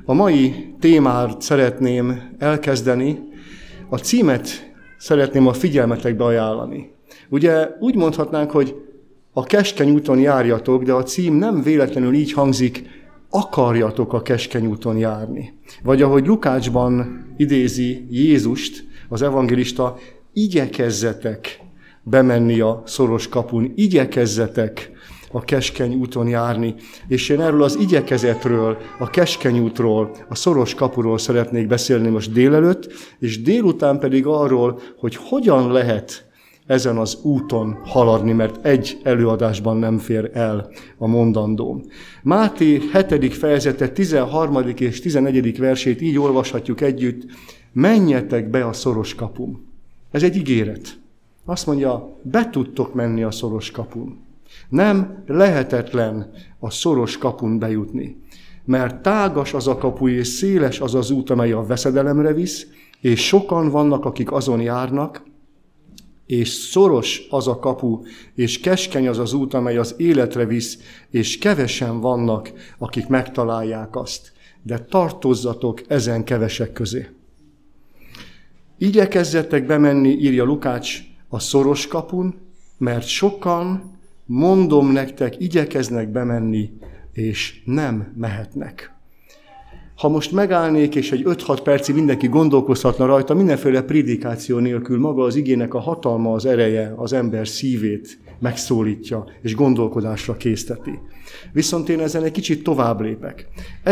a mai témát szeretném elkezdeni, a címet szeretném a figyelmetekbe ajánlani. Ugye úgy mondhatnánk, hogy a keskeny úton járjatok, de a cím nem véletlenül így hangzik, akarjatok a keskeny úton járni. Vagy ahogy Lukácsban idézi Jézust, az evangélista, igyekezzetek bemenni a szoros kapun, igyekezzetek a keskeny úton járni. És én erről az igyekezetről, a keskeny útról, a szoros kapuról szeretnék beszélni most délelőtt, és délután pedig arról, hogy hogyan lehet ezen az úton haladni, mert egy előadásban nem fér el a mondandóm. Máté 7. fejezete 13. és 14. versét így olvashatjuk együtt, menjetek be a szoros kapun. Ez egy ígéret. Azt mondja, be tudtok menni a szoros kapun. Nem lehetetlen a szoros kapun bejutni, mert tágas az a kapu és széles az az út, amely a veszedelemre visz, és sokan vannak, akik azon járnak, és szoros az a kapu, és keskeny az az út, amely az életre visz, és kevesen vannak, akik megtalálják azt. De tartozzatok ezen kevesek közé. Igyekezzetek bemenni, írja Lukács, a szoros kapun, mert sokan, mondom nektek, igyekeznek bemenni, és nem mehetnek. Ha most megállnék, és egy 5-6 percig mindenki gondolkozhatna rajta, mindenféle prédikáció nélkül maga az igének a hatalma, az ereje az ember szívét megszólítja, és gondolkodásra készteti. Viszont én ezen egy kicsit tovább lépek.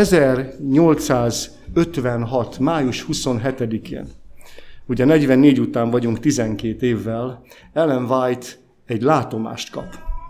1856. május 27-én, ugye 44 után vagyunk 12 évvel, Ellen White egy látomást kap.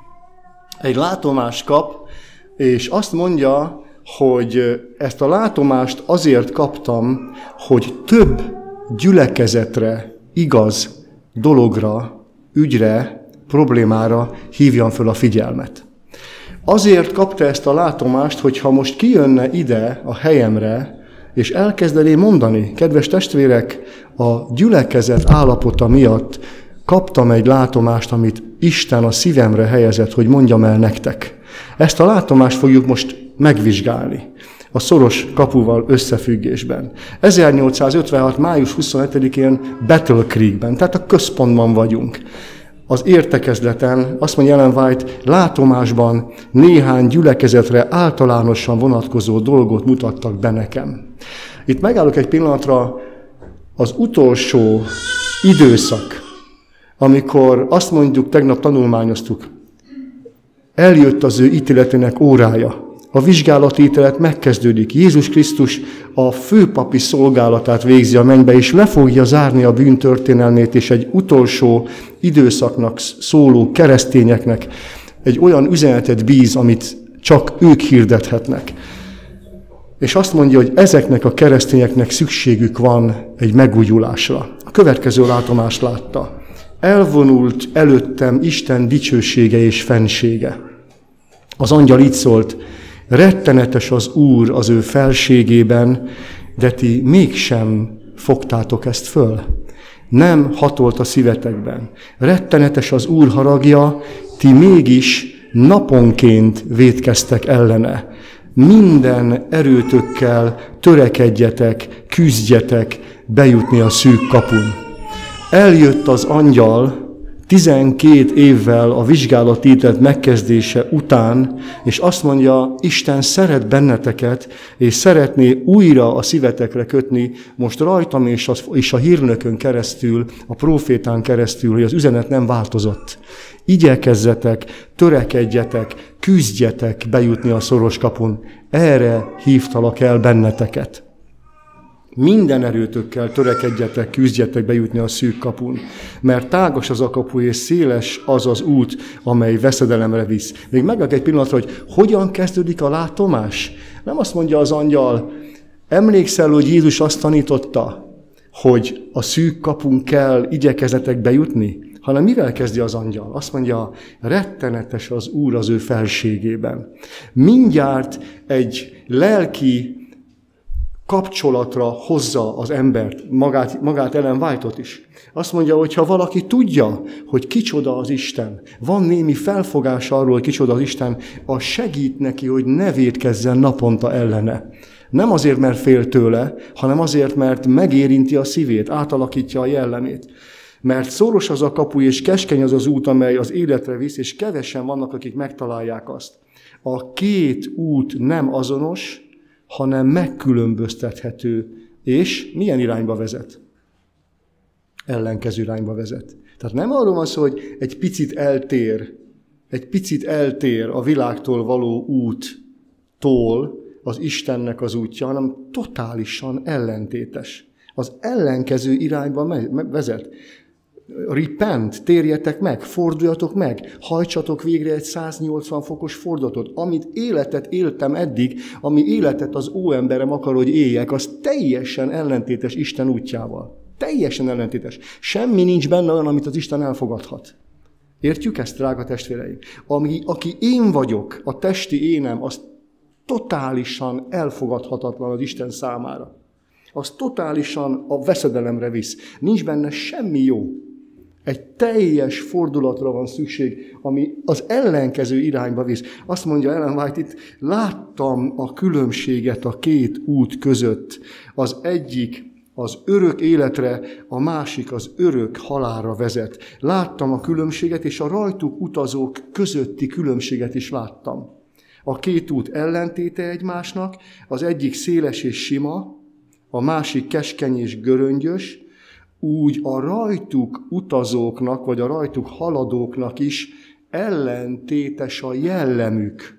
Egy látomást kap, és azt mondja, hogy ezt a látomást azért kaptam, hogy több gyülekezetre, igaz dologra, ügyre, problémára hívjam föl a figyelmet. Azért kapta ezt a látomást, hogy ha most kijönne ide a helyemre, és elkezdené mondani, kedves testvérek, a gyülekezet állapota miatt kaptam egy látomást, amit Isten a szívemre helyezett, hogy mondjam el nektek. Ezt a látomást fogjuk most megvizsgálni a szoros kapuval összefüggésben. 1856. május 27-én Battle Creekben, tehát a központban vagyunk. Az értekezleten, azt mondja Ellen White, látomásban néhány gyülekezetre általánosan vonatkozó dolgot mutattak be nekem. Itt megállok egy pillanatra, az utolsó időszak, amikor azt mondjuk, tegnap tanulmányoztuk, eljött az ő ítéletének órája. A vizsgálati ítélet megkezdődik. Jézus Krisztus a főpapi szolgálatát végzi a mennybe, és le fogja zárni a bűntörténelmét, és egy utolsó időszaknak szóló keresztényeknek egy olyan üzenetet bíz, amit csak ők hirdethetnek. És azt mondja, hogy ezeknek a keresztényeknek szükségük van egy megújulásra. A következő látomást látta. Elvonult előttem Isten dicsősége és fensége. Az angyal így szólt, rettenetes az Úr az ő felségében, de ti mégsem fogtátok ezt föl. Nem hatolt a szívetekben. Rettenetes az Úr haragja, ti mégis naponként vétkeztek ellene. Minden erőtökkel törekedjetek, küzdjetek bejutni a szűk kapun. Eljött az angyal 12 évvel a vizsgálati ítélet megkezdése után, és azt mondja, Isten szeret benneteket, és szeretné újra a szívetekre kötni, most rajtam és a hírnökön keresztül, a prófétán keresztül, hogy az üzenet nem változott. Igyekezzetek, törekedjetek, küzdjetek bejutni a szoros kapun. Erre hívtalak el benneteket. Minden erőtökkel törekedjetek, küzdjetek bejutni a szűk kapun, mert tágas az a kapu, és széles az az út, amely veszedelemre visz. Még megadok egy pillanatra, hogy hogyan kezdődik a látomás? Nem azt mondja az angyal, emlékszel, hogy Jézus azt tanította, hogy a szűk kapun kell igyekezetek bejutni? Hanem mivel kezdi az angyal? Azt mondja, rettenetes az Úr az ő felségében. Mindjárt egy lelki kapcsolatra hozza az embert, magát Ellen White-ot is. Azt mondja, hogy ha valaki tudja, hogy kicsoda az Isten, van némi felfogás arról, hogy kicsoda az Isten, az segít neki, hogy ne vétkezzen naponta ellene. Nem azért, mert fél tőle, hanem azért, mert megérinti a szívét, átalakítja a jellemét. Mert szoros az a kapu, és keskeny az az út, amely az életre visz, és kevesen vannak, akik megtalálják azt. A két út nem azonos, hanem megkülönböztethető, és milyen irányba vezet? Ellenkező irányba vezet. Tehát nem arról van szó, hogy egy picit eltér a világtól való úttól az Istennek az útja, hanem totálisan ellentétes. Az ellenkező irányba vezet. Repent, térjetek meg, forduljatok meg, hajtsatok végre egy 180 fokos fordulatot. Amit életet éltem eddig, ami életet az óemberem akar, hogy éljek, az teljesen ellentétes Isten útjával. Teljesen ellentétes. Semmi nincs benne olyan, amit az Isten elfogadhat. Értjük ezt, drága testvéreim? Aki én vagyok, a testi énem, az totálisan elfogadhatatlan az Isten számára. Az totálisan a veszedelemre visz. Nincs benne semmi jó. Egy teljes fordulatra van szükség, ami az ellenkező irányba visz. Azt mondja Ellen White itt, láttam a különbséget a két út között. Az egyik az örök életre, a másik az örök halálra vezet. Láttam a különbséget, és a rajtuk utazók közötti különbséget is láttam. A két út ellentéte egymásnak, az egyik széles és sima, a másik keskeny és göröngyös, úgy a rajtuk utazóknak, vagy a rajtuk haladóknak is ellentétes a jellemük,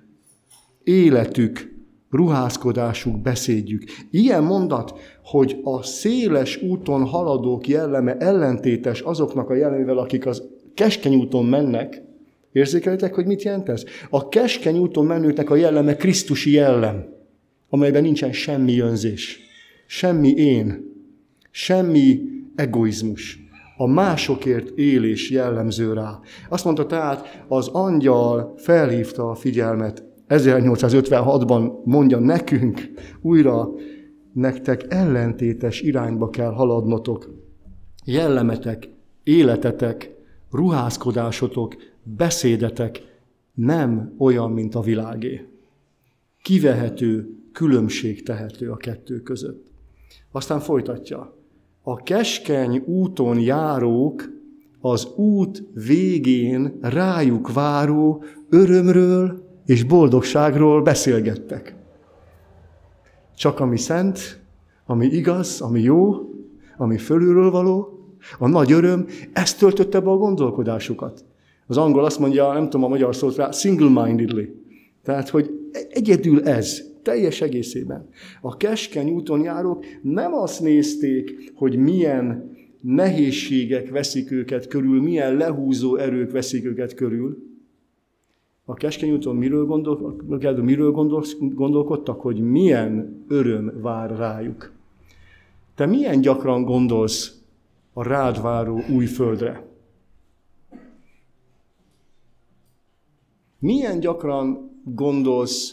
életük, ruházkodásuk, beszédjük. Ilyen mondat, hogy a széles úton haladók jelleme ellentétes azoknak a jellemével, akik az keskeny úton mennek. Érzékelitek, hogy mit jelent ez? A keskeny úton menőknek a jelleme krisztusi jellem, amelyben nincsen semmi önzés, semmi én, semmi egoizmus. A másokért élés jellemző rá. Azt mondta tehát, az angyal felhívta a figyelmet, 1856-ban mondja nekünk újra, nektek ellentétes irányba kell haladnotok. Jellemetek, életetek, ruházkodásotok, beszédetek nem olyan, mint a világé. Kivehető, különbség tehető a kettő között. Aztán folytatja. A keskeny úton járók az út végén rájuk váró örömről és boldogságról beszélgettek. Csak ami szent, ami igaz, ami jó, ami fölülről való, a nagy öröm, ez töltötte be a gondolkodásukat. Az angol azt mondja, nem tudom a magyar szót rá, single-mindedly. Tehát, hogy egyedül ez, teljes egészében. A keskeny úton járók nem azt nézték, hogy milyen nehézségek veszik őket körül, milyen lehúzó erők veszik őket körül. A keskeny úton miről gondolkodtak, hogy milyen öröm vár rájuk. Te milyen gyakran gondolsz a rád váró új földre? Milyen gyakran gondolsz,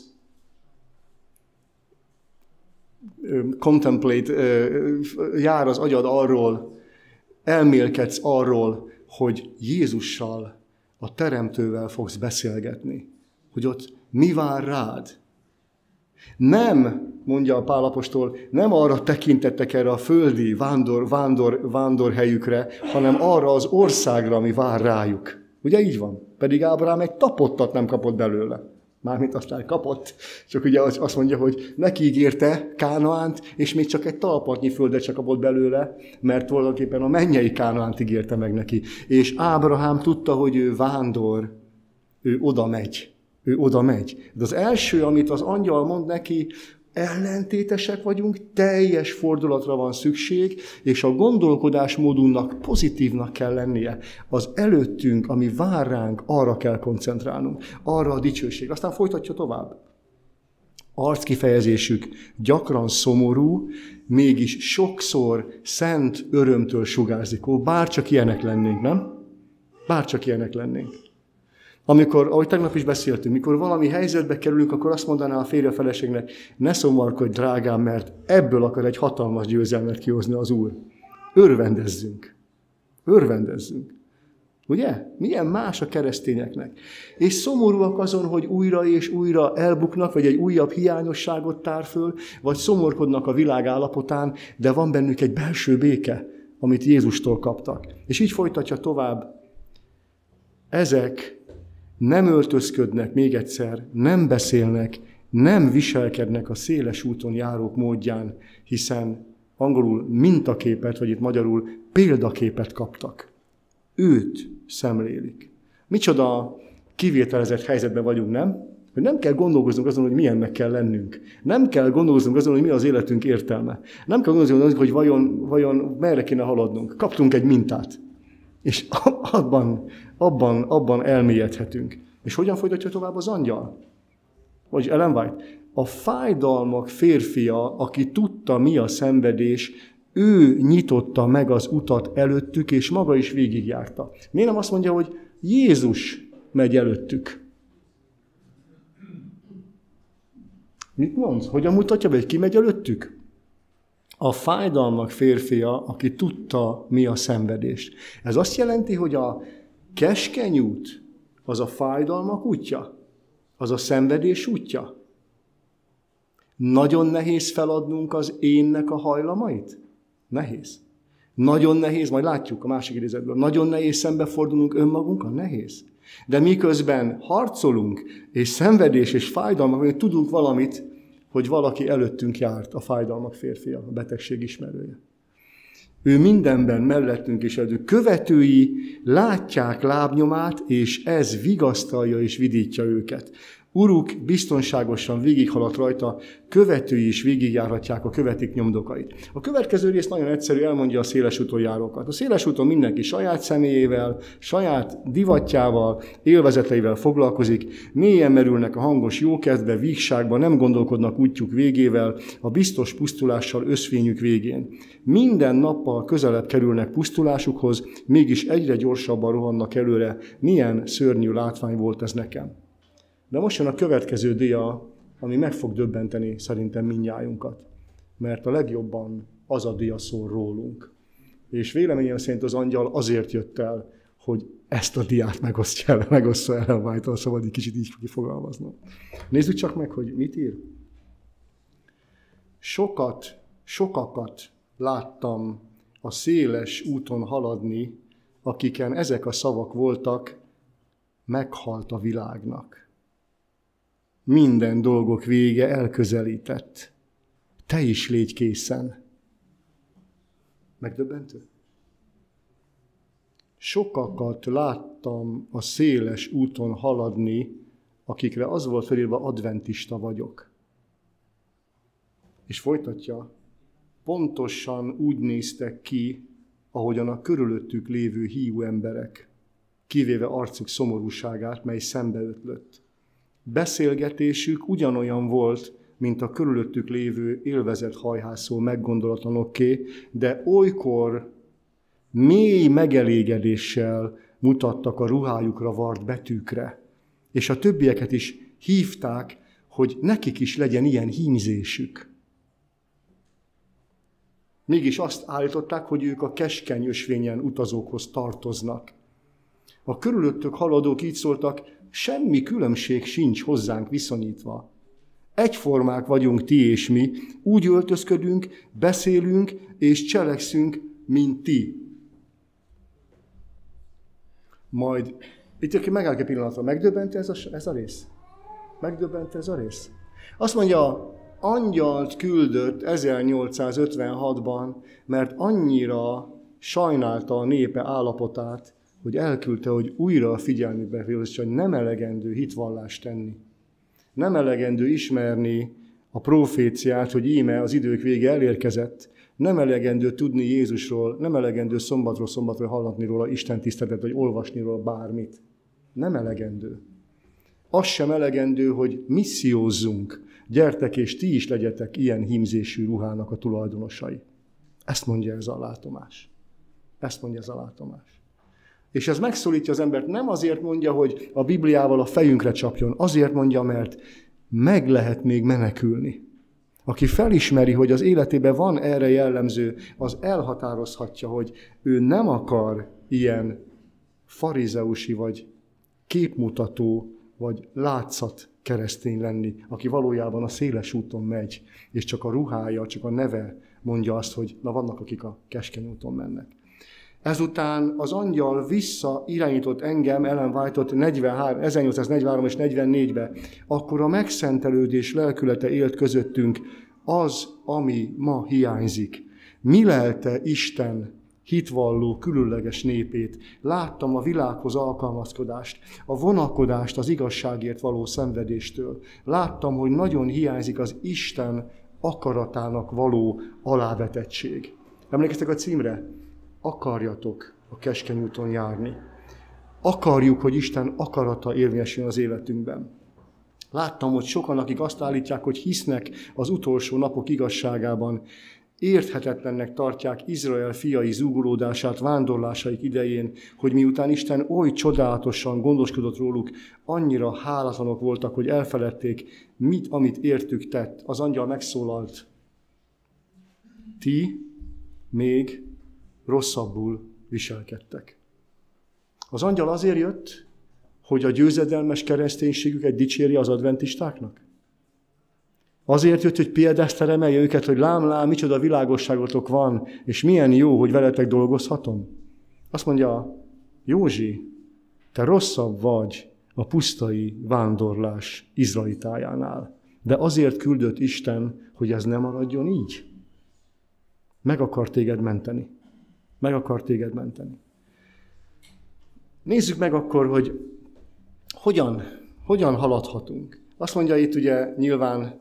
jár az agyad arról, elmélkedsz arról, hogy Jézussal, a Teremtővel fogsz beszélgetni, hogy ott mi vár rád. Nem, mondja a Pál apostol, nem arra tekintettek erre a földi vándorhelyükre, hanem arra az országra, ami vár rájuk. Ugye így van? Pedig Ábrahám egy tapottat nem kapott belőle. Mármint aztán kapott, csak ugye azt mondja, hogy neki ígérte Kánaánt, és még csak egy talpatnyi földet csak kapott belőle, mert tulajdonképpen a mennyei Kánaánt ígérte meg neki. És Ábrahám tudta, hogy ő vándor, ő oda megy. De az első, amit az angyal mond neki, ellentétesek vagyunk, teljes fordulatra van szükség, és a gondolkodásmódunknak pozitívnak kell lennie. Az előttünk, ami vár ránk, arra kell koncentrálnunk, arra a dicsőség. Aztán folytatja tovább. Arckifejezésük gyakran szomorú, mégis sokszor szent örömtől sugárzik. Ó, bárcsak ilyenek lennénk, nem? Bárcsak ilyenek lennénk. Amikor, ahogy tegnap is beszéltünk, mikor valami helyzetbe kerülünk, akkor azt mondaná a férje a feleségnek, ne szomorkodj, drágám, mert ebből akar egy hatalmas győzelmet kihozni az Úr. Örvendezzünk. Ugye? Milyen más a keresztényeknek. És szomorúak azon, hogy újra és újra elbuknak, vagy egy újabb hiányosságot tár föl, vagy szomorkodnak a világ állapotán, de van bennük egy belső béke, amit Jézustól kaptak. És így folytatja tovább. Ezek nem öltözködnek, még egyszer, nem beszélnek, nem viselkednek a széles úton járók módján, hiszen angolul mintaképet, vagy itt magyarul példaképet kaptak. Őt szemlélik. Micsoda kivételezett helyzetben vagyunk, nem? Hogy nem kell gondolkoznunk azon, hogy milyennek kell lennünk. Nem kell gondolkoznunk azon, hogy mi az életünk értelme. Nem kell gondolkoznunk azon, hogy vajon merre kéne haladnunk. Kaptunk egy mintát. És abban elmélyedhetünk. És hogyan folytatja tovább az angyal? Vagy Ellen White? A fájdalmak férfia, aki tudta, mi a szenvedés, ő nyitotta meg az utat előttük, és maga is végigjárta. Miért nem azt mondja, hogy Jézus megy előttük? Mit mondsz? Hogyan mutatja be, hogy ki megy előttük? A fájdalmak férfia, aki tudta, mi a szenvedést. Ez azt jelenti, hogy a keskeny út az a fájdalmak útja, az a szenvedés útja. Nagyon nehéz feladnunk az énnek a hajlamait? Nehéz. Nagyon nehéz, majd látjuk a másik idézetből, nagyon nehéz szembefordulnunk önmagunkkal? Nehéz. De miközben harcolunk, és szenvedés, és fájdalmak, hogy tudunk valamit, hogy valaki előttünk járt, a fájdalmak férfia, a betegség ismerője. Ő mindenben mellettünk is elő. Követői látják lábnyomát, és ez vigasztalja és vidítja őket. Uruk biztonságosan végighaladt rajta, követői is végigjárhatják a követik nyomdokait. A következő rész nagyon egyszerű, elmondja a széles úton járókat. A széles úton mindenki saját személyével, saját divatjával, élvezeteivel foglalkozik, mélyen merülnek a hangos jókedvbe, vígságba, nem gondolkodnak útjuk végével, a biztos pusztulással összvényük végén. Minden nappal közelebb kerülnek pusztulásukhoz, mégis egyre gyorsabban rohannak előre. Milyen szörnyű látvány volt ez nekem. De most jön a következő dia, ami meg fog döbbenteni szerintem mindnyájunkat. Mert a legjobban az a dia szól rólunk. És véleményem szerint az angyal azért jött el, hogy ezt a diát megossza Ellen White-tal, szabad egy kicsit így kifogalmaznom. Nézzük csak meg, hogy mit ír. Sokakat láttam a széles úton haladni, akiken ezek a szavak voltak, meghalt a világnak. Minden dolgok vége elközelített. Te is légy készen. Megdöbbentő? Sokakat láttam a széles úton haladni, akikre az volt felírva, adventista vagyok. És folytatja, pontosan úgy néztek ki, ahogyan a körülöttük lévő hívő emberek, kivéve arcuk szomorúságát, mely szembeötlött. Beszélgetésük ugyanolyan volt, mint a körülöttük lévő élvezett hajhászó meggondolatlanokké, de olykor mély megelégedéssel mutattak a ruhájukra vart betűkre, és a többieket is hívták, hogy nekik is legyen ilyen hímzésük. Mégis azt állították, hogy ők a keskeny ösvényen utazókhoz tartoznak. A körülöttük haladók így szóltak, semmi különbség sincs hozzánk viszonyítva. Egyformák vagyunk ti és mi, úgy öltözködünk, beszélünk és cselekszünk, mint ti. Majd, itt megállok egy pillanatra, megdöbbent ez a rész? Megdöbbent ez a rész? Azt mondja, angyalt küldött 1856-ban, mert annyira sajnálta a népe állapotát, hogy elküldte, hogy újra a figyelmükbe félrevezesse, hogy nem elegendő hitvallást tenni. Nem elegendő ismerni a proféciát, hogy íme az idők vége elérkezett. Nem elegendő tudni Jézusról, nem elegendő szombatról hallatni róla Isten tiszteletet, vagy olvasni róla bármit. Nem elegendő. Az sem elegendő, hogy missziózzunk. Gyertek, és ti is legyetek ilyen hímzésű ruhának a tulajdonosai. Ezt mondja ez a látomás. Ezt mondja ez a látomás. És ez megszólítja az embert, nem azért mondja, hogy a Bibliával a fejünkre csapjon, azért mondja, mert meg lehet még menekülni. Aki felismeri, hogy az életében van erre jellemző, az elhatározhatja, hogy ő nem akar ilyen farizeusi, vagy képmutató, vagy látszat keresztény lenni, aki valójában a széles úton megy, és csak a ruhája, csak a neve mondja azt, hogy na vannak, akik a keskeny úton mennek. Ezután az angyal visszairányított engem, Ellen White-ot 1843 és 44-be, akkor a megszentelődés lelkülete élt közöttünk, az, ami ma hiányzik. Mi lelte Isten hitvalló, különleges népét? Láttam a világhoz alkalmazkodást, a vonakodást az igazságért való szenvedéstől. Láttam, hogy nagyon hiányzik az Isten akaratának való alávetettség. Emlékeztek a címre? Akarjatok a keskeny úton járni. Akarjuk, hogy Isten akarata érvényesüljön az életünkben. Láttam, hogy sokan, akik azt állítják, hogy hisznek az utolsó napok igazságában, érthetetlennek tartják Izrael fiai zúgolódását vándorlásaik idején, hogy miután Isten oly csodálatosan gondoskodott róluk, annyira hálatlanok voltak, hogy elfeledték, amit értük tett. Az angyal megszólalt. Ti még rosszabbul viselkedtek. Az angyal azért jött, hogy a győzedelmes kereszténységüket dicsérje az adventistáknak? Azért jött, hogy piedesztre emelje őket, hogy lám, micsoda világosságotok van, és milyen jó, hogy veletek dolgozhatom? Azt mondja, Józsi, te rosszabb vagy a pusztai vándorlás izraelitájánál. De azért küldött Isten, hogy ez ne maradjon így. Meg akar téged menteni. Meg akar téged menteni. Nézzük meg akkor, hogy hogyan haladhatunk. Azt mondja itt ugye nyilván,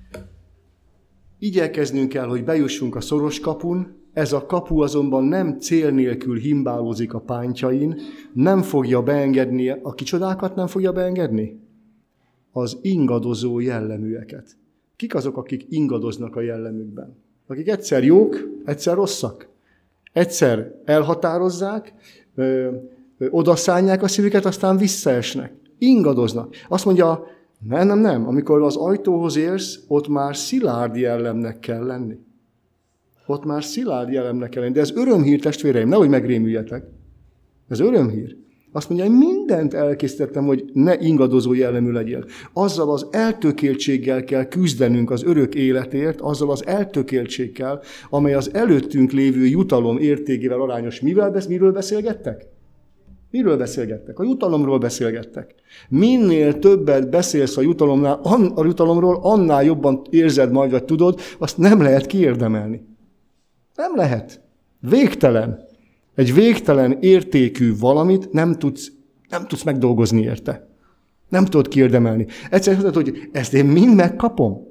igyekeznünk kell, hogy bejussunk a szoros kapun, ez a kapu azonban nem cél nélkül himbálózik a pántjain, nem fogja beengedni, a kicsodákat nem fogja beengedni? Az ingadozó jelleműeket. Kik azok, akik ingadoznak a jellemükben? Akik egyszer jók, egyszer rosszak. Egyszer elhatározzák, odaszánják a szívüket, aztán visszaesnek. Ingadoznak. Azt mondja, nem. Amikor az ajtóhoz érsz, ott már szilárd jellemnek kell lenni. Ott már szilárd jellemnek kell lenni. De ez örömhír, testvéreim, nehogy megrémüljetek. Ez örömhír. Azt mondja, hogy mindent elkészítettem, hogy ne ingadozó jellemű legyél. Azzal az eltökéltséggel kell küzdenünk az örök életért, azzal az eltökéltséggel, amely az előttünk lévő jutalom értékével arányos. Miről beszélgettek? Miről beszélgettek? A jutalomról beszélgettek. Minél többet beszélsz a jutalomról, annál jobban érzed majd, vagy tudod, azt nem lehet kiérdemelni. Nem lehet. Végtelen. Egy végtelen értékű valamit nem tudsz megdolgozni érte. Nem tudod kiérdemelni. Egyszerűen azt mondod, hogy ezt én mind megkapom.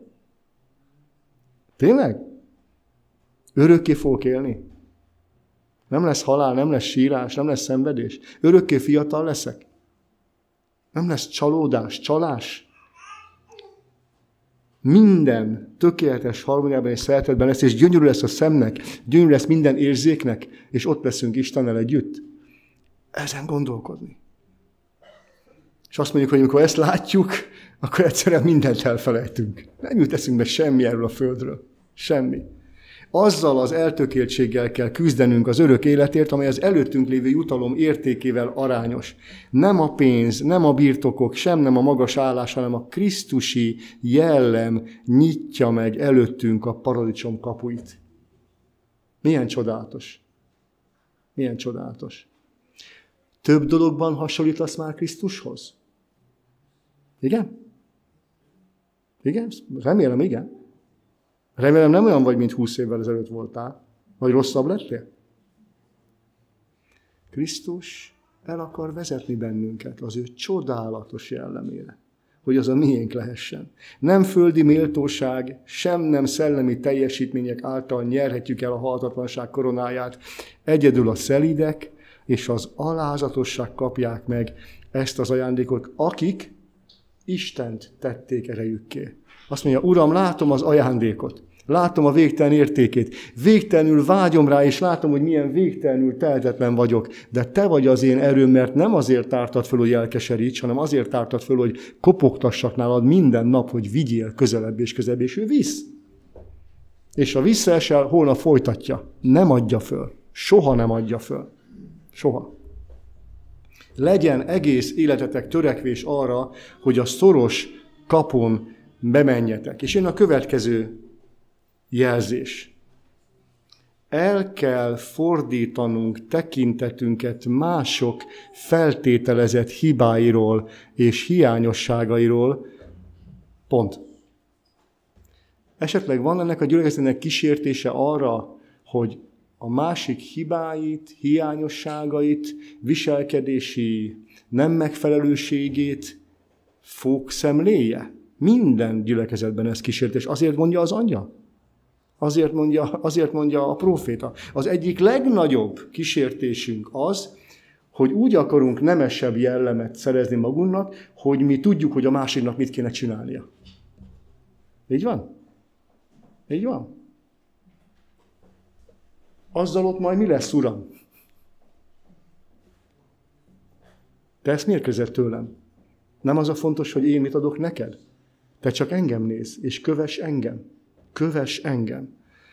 Tényleg? Örökké fogok élni? Nem lesz halál, nem lesz sírás, nem lesz szenvedés. Örökké fiatal leszek. Nem lesz csalódás, csalás. Minden tökéletes harmóniában és szeretetben lesz, és gyönyörű lesz a szemnek, gyönyörű lesz minden érzéknek, és ott leszünk Istennel együtt. Ezen gondolkodni. És azt mondjuk, hogy amikor ezt látjuk, akkor egyszerűen mindent elfelejtünk. Nem jut eszünkbe semmi erről a földről. Semmi. Azzal az eltökéltséggel kell küzdenünk az örök életért, amely az előttünk lévő jutalom értékével arányos. Nem a pénz, nem a birtokok, sem nem a magas állás, hanem a krisztusi jellem nyitja meg előttünk a paradicsom kapuit. Milyen csodálatos. Milyen csodálatos. Több dologban hasonlítasz már Krisztushoz? Igen? Igen? Remélem, igen. Remélem nem olyan vagy, mint 20 évvel ezelőtt voltál, vagy rosszabb lettél. Krisztus el akar vezetni bennünket az ő csodálatos jellemére, hogy az a miénk lehessen. Nem földi méltóság, sem nem szellemi teljesítmények által nyerhetjük el a halhatatlanság koronáját. Egyedül a szelídek és az alázatosság kapják meg ezt az ajándékot, akik Istent tették erejükké. Azt mondja, Uram, látom az ajándékot. Látom a végtelen értékét. Végtelenül vágyom rá, és látom, hogy milyen végtelenül tehetetlen vagyok. De te vagy az én erőm, mert nem azért tártad föl, hogy elkeseríts, hanem azért tártad föl, hogy kopogtassak nálad minden nap, hogy vigyél közelebb, és ő visz. És ha visszaesel, holnap folytatja. Nem adja föl. Soha nem adja föl. Soha. Legyen egész életetek törekvés arra, hogy a szoros kapun bemenjetek. És jön a következő jelzés. El kell fordítanunk tekintetünket mások feltételezett hibáiról és hiányosságairól. Pont. Esetleg van ennek a gyülekezetnek kísértése arra, hogy a másik hibáit, hiányosságait, viselkedési nem megfelelőségét fogszemléje? Minden gyülekezetben ez kísértés. Azért mondja az Atya. Azért mondja a próféta. Az egyik legnagyobb kísértésünk az, hogy úgy akarunk nemesebb jellemet szerezni magunknak, hogy mi tudjuk, hogy a másiknak mit kéne csinálnia. Így van? Így van? Azzal ott majd mi lesz, Uram? Te ezt miért kezded tőlem? Nem az a fontos, hogy én mit adok neked? Te csak engem nézz, és kövess engem. Kövess engem.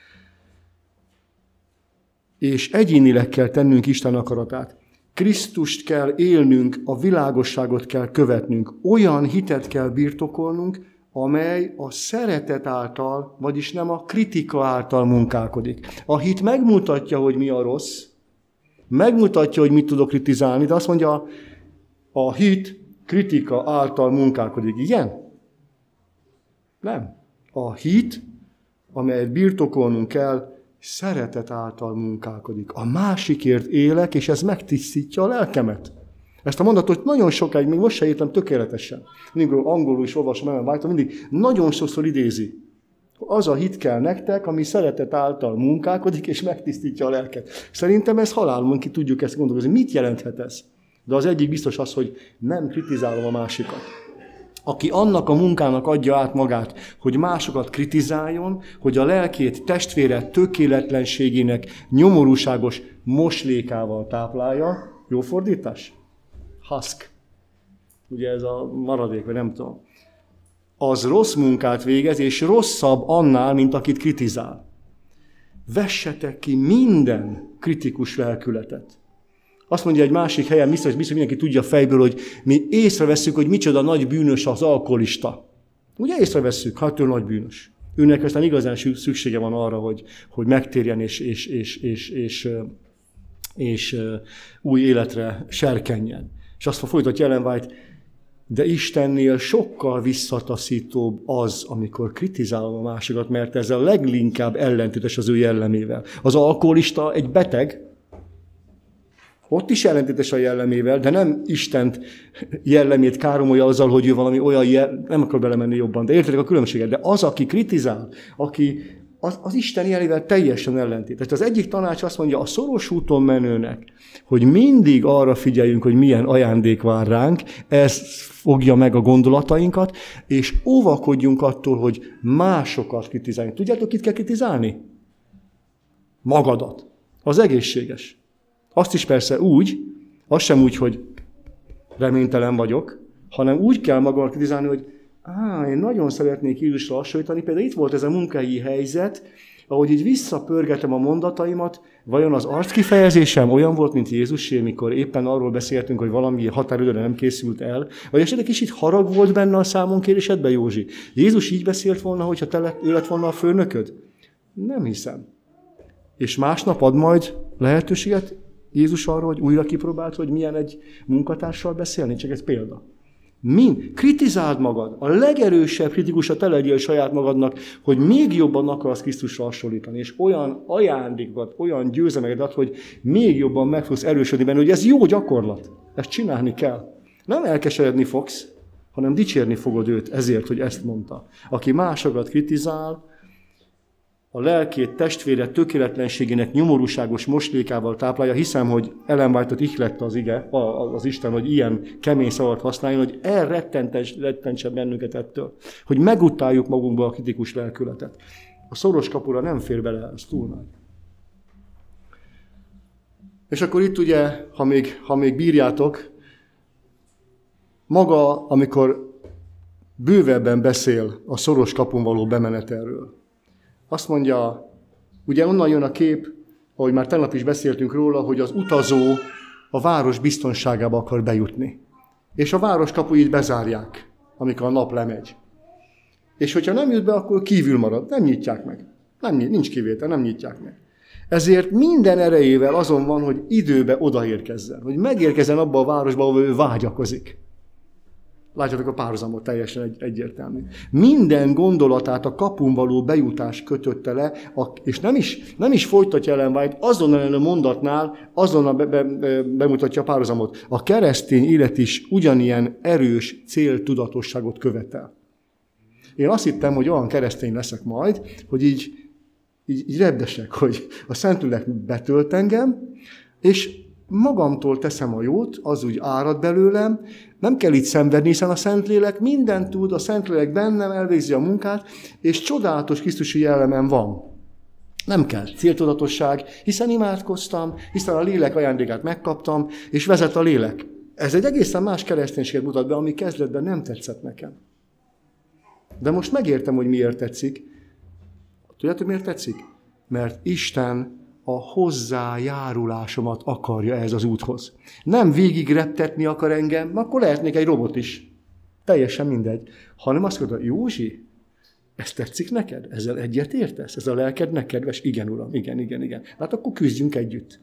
És egyénileg kell tennünk Isten akaratát. Krisztust kell élnünk, a világosságot kell követnünk. Olyan hitet kell birtokolnunk, amely a szeretet által, vagyis nem a kritika által munkálkodik. A hit megmutatja, hogy mi a rossz, megmutatja, hogy mit tudok kritizálni, de azt mondja, a hit kritika által munkálkodik. Igen? Nem. A hit, amelyet birtokolnunk kell, szeretet által munkálkodik. A másikért élek, és ez megtisztítja a lelkemet. Ezt a mondatot nagyon sokáig, még most se értem tökéletesen. Mindig angolul is olvasom, Ellen White, mindig nagyon sokszor idézi. Az a hit kell nektek, ami szeretet által munkálkodik, és megtisztítja a lelket. Szerintem ez halálunk, ki tudjuk ezt gondolkozni. Mit jelenthet ez? De az egyik biztos az, hogy nem kritizálom a másikat. Aki annak a munkának adja át magát, hogy másokat kritizáljon, hogy a lelkét testvére tökéletlenségének nyomorúságos moslékával táplálja. Jó fordítás? Husk. Ugye ez a maradék, vagy nem tudom. Az rossz munkát végez, és rosszabb annál, mint akit kritizál. Vessetek ki minden kritikus lelkületet. Azt mondja egy másik helyen, biztos mindenki tudja fejből, hogy mi észrevesszük, hogy micsoda nagy bűnös az alkoholista. Ugye észrevesszük, hát ő nagy bűnös. Őnek aztán igazán szüksége van arra, hogy megtérjen és új életre serkenjen. És azt folytatja Ellen White, de Istennél sokkal visszataszítóbb az, amikor kritizálom a másikat, mert ez a leginkább ellentétes az ő jellemével. Az alkoholista egy beteg, ott is ellentétes a jellemével, de nem Istent jellemét káromolja azzal, hogy ő valami olyan nem akar belemenni jobban, de értitek a különbséget. De az, aki kritizál, aki az Isten jellével teljesen ellentétes. Az egyik tanács azt mondja a szoros úton menőnek, hogy mindig arra figyeljünk, hogy milyen ajándék vár ránk, ez fogja meg a gondolatainkat, és óvakodjunk attól, hogy másokat kritizálni. Tudjátok, kit kell kritizálni? Magadat. Az egészséges. Azt is persze úgy, az sem úgy, hogy reménytelen vagyok, hanem úgy kell magamat kritizálni, hogy én nagyon szeretnék Jézusra hasonlítani, például itt volt ez a munkahelyi helyzet, ahogy így visszapörgetem a mondataimat, vajon az arckifejezésem olyan volt, mint Jézusé, mikor éppen arról beszéltünk, hogy valami határidőre nem készült el, vagy esetleg kicsit harag volt benne a számonkérésedben, Józsi? Jézus így beszélt volna, hogyha ő lett volna a főnököd? Nem hiszem. És másnap ad majd lehetőséget Jézus arra, hogy újra kipróbált, hogy milyen egy munkatársal beszélni, csak ez példa. Kritizáld magad. A legerősebb kritikusra te legyél saját magadnak, hogy még jobban akarsz Krisztusra hasonlítani, és olyan ajándékokat, olyan győzelmeket ad, hogy még jobban meg fogsz erősödni benne, hogy ez jó gyakorlat. Ezt csinálni kell. Nem elkeseredni fogsz, hanem dicsérni fogod őt ezért, hogy ezt mondta. Aki másokat kritizál, a lelkét testvére tökéletlenségének nyomorúságos moslékával táplálja. Hiszem, hogy Ellen White-ot ihlette az ige, az Isten, hogy ilyen kemény szavat használjon, hogy elrettentse bennünket ettől. Hogy megutáljuk magunkba a kritikus lelkületet. A szoros kapura nem fér bele, ez túl nagy. És akkor itt ugye, ha még bírjátok, maga, amikor bővebben beszél a szoros kapun való bemenetelről. Azt mondja, ugye onnan jön a kép, ahogy már tegnap is beszéltünk róla, hogy az utazó a város biztonságába akar bejutni. És a város kapuit bezárják, amikor a nap lemegy. És hogyha nem jut be, akkor kívül marad. Nem nyitják meg. Nincs kivétel, nem nyitják meg. Ezért minden erejével azon van, hogy időbe odaérkezzen. Hogy megérkezzen abba a városba, ahol ő vágyakozik. Látjátok a párhuzamot, teljesen egyértelmű. Minden gondolatát a kapun való bejutás kötötte le, és nem is folytatja Ellen White, azonnal a mondatnál azonnal bemutatja a párhuzamot. A keresztény élet is ugyanilyen erős céltudatosságot követel. Én azt hittem, hogy olyan keresztény leszek majd, hogy így reddesek, hogy a Szentlélek betölt engem, és magamtól teszem a jót, az úgy árad belőlem, nem kell itt szenvedni, hiszen a Szentlélek mindent tud, a Szentlélek bennem elvégzi a munkát, és csodálatos Krisztusi jellemem van. Nem kell céltudatosság, hiszen imádkoztam, hiszen a lélek ajándékát megkaptam, és vezet a lélek. Ez egy egészen más kereszténységet mutat be, ami kezdetben nem tetszett nekem. De most megértem, hogy miért tetszik. Tudjátok, miért tetszik? Mert Isten a hozzájárulásomat akarja ehhez az úthoz. Nem végig reptetni akar engem, akkor lehetnék egy robot is. Teljesen mindegy. Hanem azt mondja, Józsi, ez tetszik neked? Ezzel egyet értesz? Ez a lelkednek kedves? Igen, Uram, igen. Hát akkor küzdjünk együtt.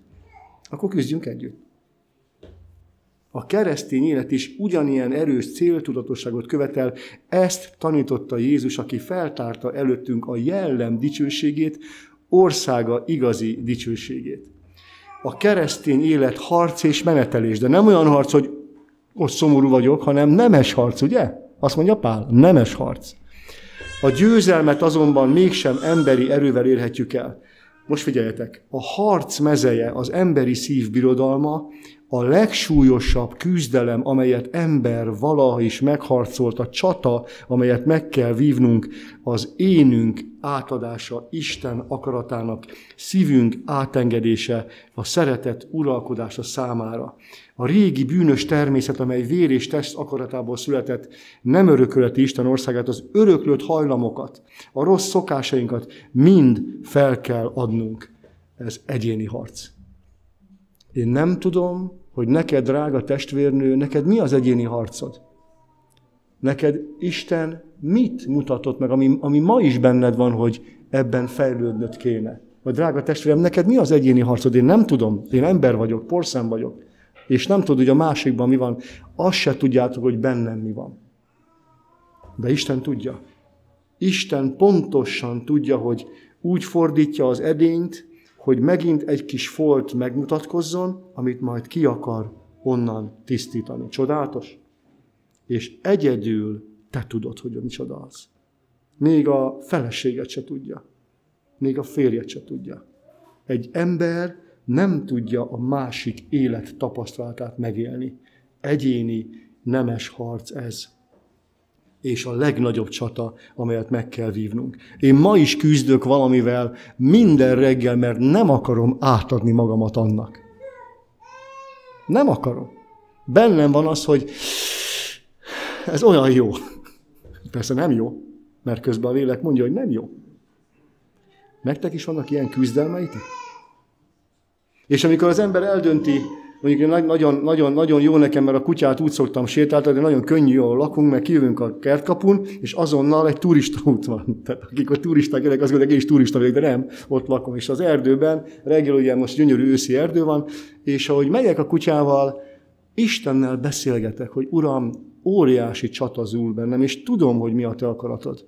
A keresztény élet is ugyanilyen erős céltudatosságot követel, ezt tanította Jézus, aki feltárta előttünk a jellem dicsőségét, országa igazi dicsőségét. A keresztény élet harc és menetelés, de nem olyan harc, hogy ott szomorú vagyok, hanem nemes harc, ugye? Azt mondja Pál, nemes harc. A győzelmet azonban mégsem emberi erővel érhetjük el. Most figyeljetek, a harc mezeje, az emberi szív birodalma, a legsúlyosabb küzdelem, amelyet ember valaha is megharcolt, a csata, amelyet meg kell vívnunk, az énünk átadása Isten akaratának, szívünk átengedése, a szeretet uralkodása számára. A régi bűnös természet, amely vér és test akaratából született, nem örököleti Isten országát, az öröklött hajlamokat, a rossz szokásainkat mind fel kell adnunk. Ez egyéni harc. Én nem tudom, hogy neked, drága testvérnő, neked mi az egyéni harcod? Neked Isten mit mutatott meg, ami ma is benned van, hogy ebben fejlődnöd kéne? Vagy drága testvérem, neked mi az egyéni harcod? Én nem tudom, én ember vagyok, porszem vagyok, és nem tudod, hogy a másikban mi van. Azt se tudjátok, hogy bennem mi van. De Isten tudja. Isten pontosan tudja, hogy úgy fordítja az edényt, hogy megint egy kis folt megmutatkozzon, amit majd ki akar onnan tisztítani. Csodálatos? És egyedül te tudod, hogy micsoda az. Még a feleséget se tudja. Még a férjet se tudja. Egy ember nem tudja a másik élet tapasztalatát megélni. Egyéni, nemes harc ez. És a legnagyobb csata, amelyet meg kell vívnunk. Én ma is küzdök valamivel minden reggel, mert nem akarom átadni magamat annak. Nem akarom. Bennem van az, hogy ez olyan jó. Persze nem jó, mert közben a lélek mondja, hogy nem jó. Nektek is vannak ilyen küzdelmeitek? És amikor az ember eldönti, mondjuk nagyon jó nekem, mert a kutyát úgy szoktam sétáltatni, de nagyon könnyű, ahol lakunk, mert kijövünk a kertkapun, és azonnal egy turista út van. Tehát akik a turisták jönnek, azt gondolják, én is turista vagyok, de nem, ott lakom. És az erdőben, reggel ugye most gyönyörű őszi erdő van, és ahogy megyek a kutyával, Istennel beszélgetek, hogy Uram, óriási csata zúl bennem, és tudom, hogy mi a te akaratod.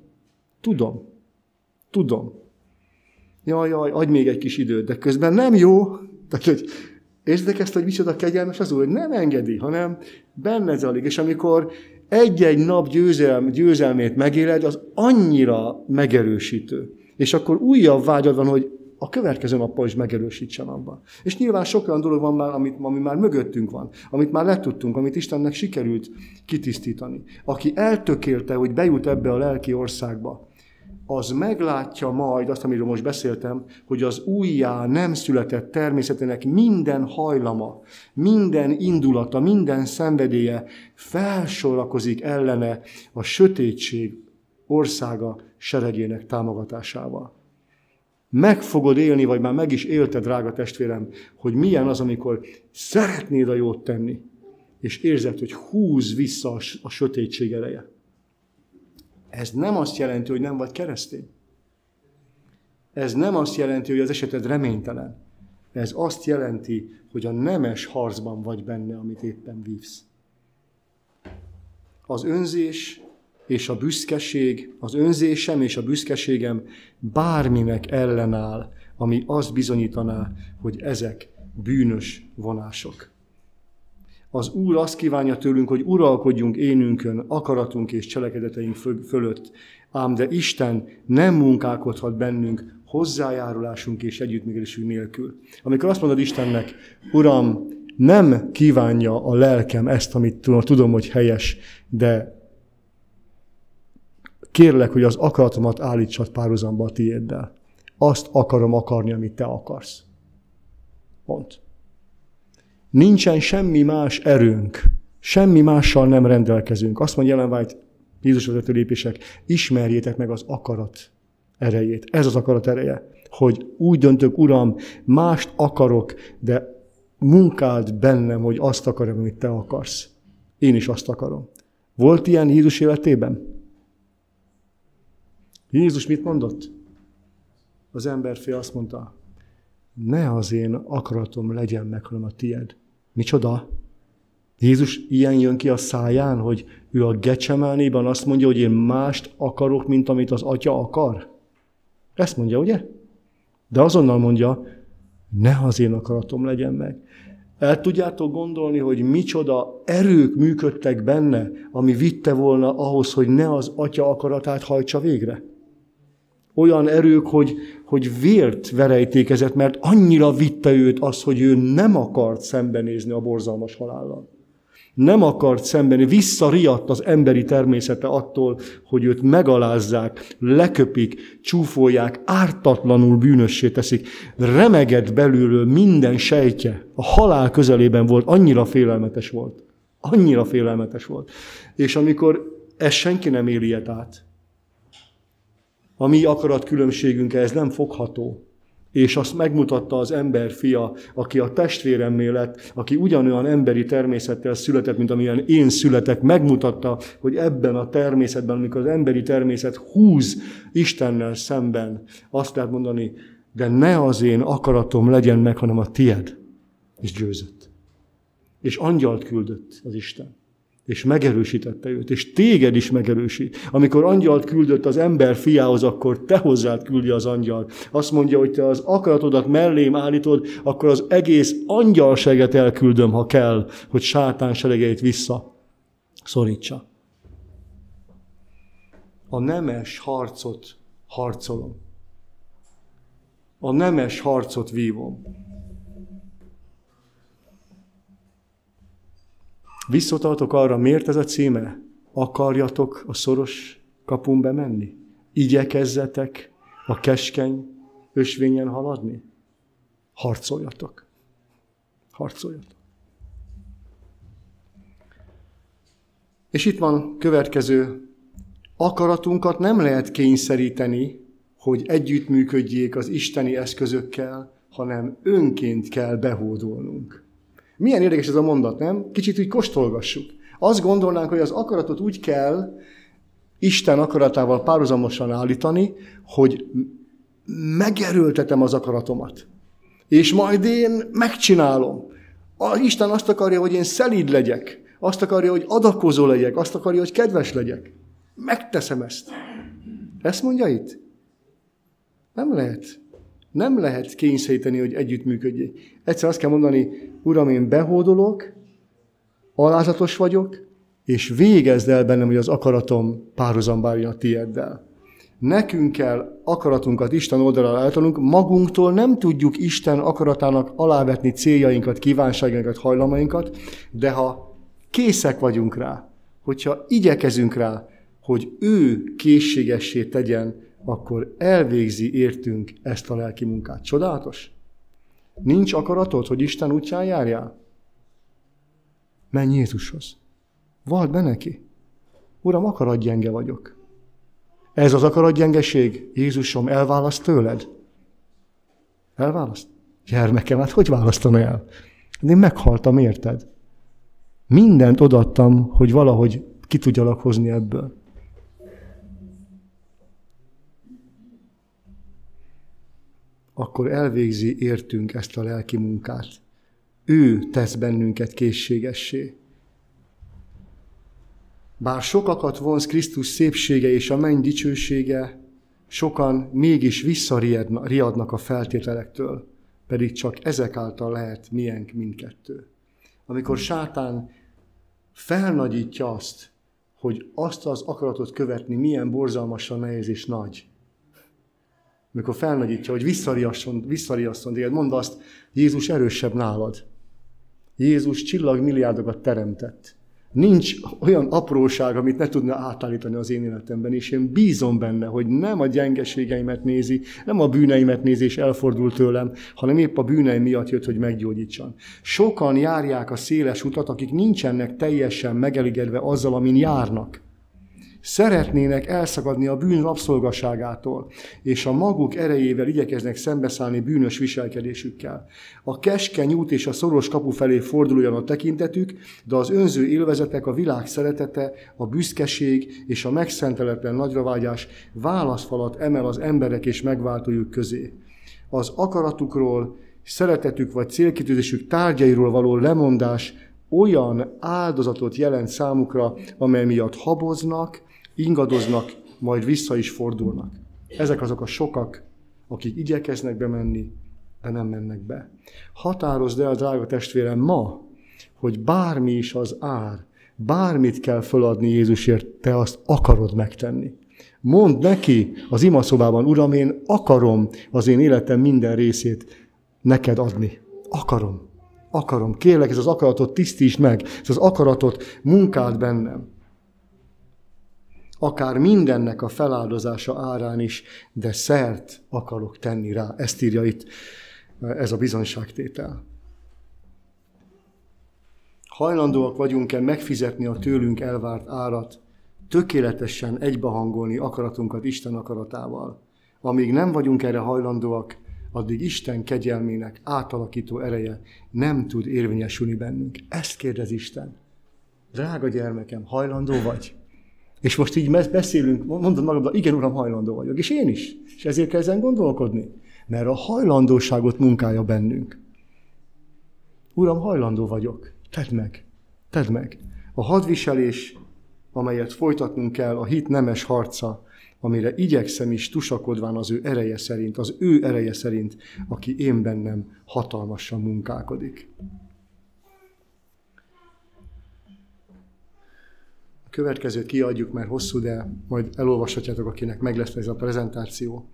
Tudom. Jaj, adj még egy kis időt, de közben nem jó. Tehát, hogy érzitek ezt, hogy micsoda kegyelmes az Úr, hogy nem engedi, hanem benne zajlik. És amikor egy-egy nap győzelmét megéled, az annyira megerősítő. És akkor újabb vágyad van, hogy a következő nappal is megerősítsen abban. És nyilván sok olyan dolog van már, ami már mögöttünk van, amit már letudtunk, amit Istennek sikerült kitisztítani. Aki eltökélte, hogy bejut ebbe a lelki országba, az meglátja majd azt, amiről most beszéltem, hogy az újjá nem született természetének minden hajlama, minden indulata, minden szenvedélye felsorakozik ellene a sötétség országa seregének támogatásával. Meg fogod élni, vagy már meg is élted, drága testvérem, hogy milyen az, amikor szeretnéd a jót tenni, és érzed, hogy húz vissza a sötétség ereje. Ez nem azt jelenti, hogy nem vagy keresztény. Ez nem azt jelenti, hogy az eseted reménytelen. Ez azt jelenti, hogy a nemes harcban vagy benne, amit éppen vívsz. Az önzés és a büszkeség, az önzésem és a büszkeségem bárminek ellenáll, ami azt bizonyítaná, hogy ezek bűnös vonások. Az Úr azt kívánja tőlünk, hogy uralkodjunk énünkön, akaratunk és cselekedeteink fölött, ám de Isten nem munkálkodhat bennünk hozzájárulásunk és együttműködésünk nélkül. Amikor azt mondod Istennek, Uram, nem kívánja a lelkem ezt, amit tudom, hogy helyes, de kérlek, hogy az akaratomat állítsad párhuzamba a tiéddel. Azt akarom akarni, amit te akarsz. Pont. Nincsen semmi más erőnk, semmi mással nem rendelkezünk. Azt mondja Ellen White, Jézus vezető lépések, ismerjétek meg az akarat erejét. Ez az akarat ereje, hogy úgy döntök, Uram, mást akarok, de munkáld bennem, hogy azt akarom, amit te akarsz. Én is azt akarom. Volt ilyen Jézus életében? Jézus mit mondott? Az emberfé azt mondta, ne az én akaratom legyen meg, hanem a tied. Micsoda? Jézus ilyen jön ki a száján, hogy ő a Getsemánéban azt mondja, hogy én mást akarok, mint amit az Atya akar? Ezt mondja, ugye? De azonnal mondja, ne az én akaratom legyen meg. El tudjátok gondolni, hogy micsoda erők működtek benne, ami vitte volna ahhoz, hogy ne az Atya akaratát hajtsa végre? Olyan erők, hogy vért verejtékezett, mert annyira vitte őt az, hogy ő nem akart szembenézni a borzalmas halállal. Nem akart szembenézni, visszariadt az emberi természete attól, hogy őt megalázzák, leköpik, csúfolják, ártatlanul bűnössé teszik. Remegett belülről minden sejtje. A halál közelében volt, annyira félelmetes volt. Annyira félelmetes volt. És amikor ezt senki nem éli át, a mi akaratkülönbségünk ez nem fogható. És azt megmutatta az ember fia, aki a testvéremmé lett, aki ugyanolyan emberi természettel született, mint amilyen én születek, megmutatta, hogy ebben a természetben, amikor az emberi természet húz Istennel szemben, azt lehet mondani, de ne az én akaratom legyen meg, hanem a tied. És győzött. És angyalt küldött az Isten. És megerősítette őt, és téged is megerősít. Amikor angyalt küldött az ember fiához, akkor te hozzád küldi az angyal. Azt mondja, hogy te az akaratodat mellém állítod, akkor az egész angyalséget elküldöm, ha kell, hogy sátán seregeit visszaszorítsa. A nemes harcot harcolom. A nemes harcot vívom. Visszatartok arra, miért ez a címe? Akarjatok a szoros kapun bemenni? Igyekezzetek a keskeny ösvényen haladni? Harcoljatok. Harcoljatok. És itt van következő. Akaratunkat nem lehet kényszeríteni, hogy együttműködjék az isteni eszközökkel, hanem önként kell behódolnunk. Milyen érdekes ez a mondat, nem? Kicsit úgy kóstolgassuk. Azt gondolnánk, hogy az akaratot úgy kell Isten akaratával párhuzamosan állítani, hogy megerőltetem az akaratomat. És majd én megcsinálom. Isten azt akarja, hogy én szelíd legyek. Azt akarja, hogy adakozó legyek. Azt akarja, hogy kedves legyek. Megteszem ezt. Ezt mondja itt? Nem lehet. Nem lehet kényszeríteni, hogy együttműködjék. Egyszer azt kell mondani, Uram, én behódolok, alázatos vagyok, és végezd el bennem, hogy az akaratom párhuzamba álljon a tieddel. Nekünk kell akaratunkat Isten oldalára állítanunk, magunktól nem tudjuk Isten akaratának alávetni céljainkat, kívánságainkat, hajlamainkat, de ha készek vagyunk rá, hogyha igyekezünk rá, hogy ő készségessé tegyen, akkor elvégzi értünk ezt a lelki munkát. Csodálatos? Nincs akaratod, hogy Isten útján járjál? Menj Jézushoz. Vald be neki. Uram, akaratgyenge vagyok. Ez az akaratgyengeség, Jézusom, elválaszt tőled? Elválaszt? Gyermekem, hát hogy választom el? Én meghaltam, érted? Mindent odaadtam, hogy valahogy ki tudjalak hozni ebből. Akkor elvégzi értünk ezt a lelki munkát. Ő tesz bennünket készségessé. Bár sokakat vonz Krisztus szépsége és a menny dicsősége, sokan mégis visszariadnak a feltételektől, pedig csak ezek által lehet miénk mindkettő. Amikor sátán felnagyítja azt, hogy azt az akaratot követni milyen borzalmasan nehéz és nagy. Amikor felnagyítja, hogy visszariasszon téged, mondd azt, Jézus erősebb nálad. Jézus csillagmilliárdokat teremtett. Nincs olyan apróság, amit ne tudna átállítani az én életemben, és én bízom benne, hogy nem a gyengeségeimet nézi, nem a bűneimet nézi, és elfordul tőlem, hanem épp a bűneim miatt jött, hogy meggyógyítson. Sokan járják a széles utat, akik nincsenek teljesen megelégedve azzal, amin járnak. Szeretnének elszakadni a bűn rabszolgaságától, és a maguk erejével igyekeznek szembeszállni bűnös viselkedésükkel. A keskeny út és a szoros kapu felé forduljon a tekintetük, de az önző élvezetek, a világ szeretete, a büszkeség és a megszenteletlen nagyravágyás válaszfalat emel az emberek és megváltójuk közé. Az akaratukról, szeretetük vagy célkitűzésük tárgyairól való lemondás olyan áldozatot jelent számukra, amely miatt haboznak, ingadoznak, majd vissza is fordulnak. Ezek azok a sokak, akik igyekeznek bemenni, de nem mennek be. Határozd el, drága testvérem, ma, hogy bármi is az ár, bármit kell föladni Jézusért, te azt akarod megtenni. Mondd neki az imaszobában, Uram, én akarom az én életem minden részét neked adni. Akarom. Kérlek, ez az akaratot tisztítsd meg, ez az akaratot munkáld bennem. Akár mindennek a feláldozása árán is, de szert akarok tenni rá. Ezt írja itt ez a bizonyságtétel. Hajlandóak vagyunk-e megfizetni a tőlünk elvárt árat, tökéletesen egybehangolni akaratunkat Isten akaratával. Amíg nem vagyunk erre hajlandóak, addig Isten kegyelmének átalakító ereje nem tud érvényesülni bennünk. Ezt kérdez Isten. Drága gyermekem, hajlandó vagy? És most így beszélünk, mondod magadban, igen, Uram, hajlandó vagyok. És én is. És ezért kell ezen gondolkodni. Mert a hajlandóságot munkálja bennünk. Uram, hajlandó vagyok. Tedd meg. A hadviselés, amelyet folytatnunk kell, a hit nemes harca, amire igyekszem is tusakodván az ő ereje szerint, aki én bennem hatalmasan munkálkodik. A következőt kiadjuk, mert hosszú, de majd elolvashatjátok, akinek meg lesz ez a prezentáció.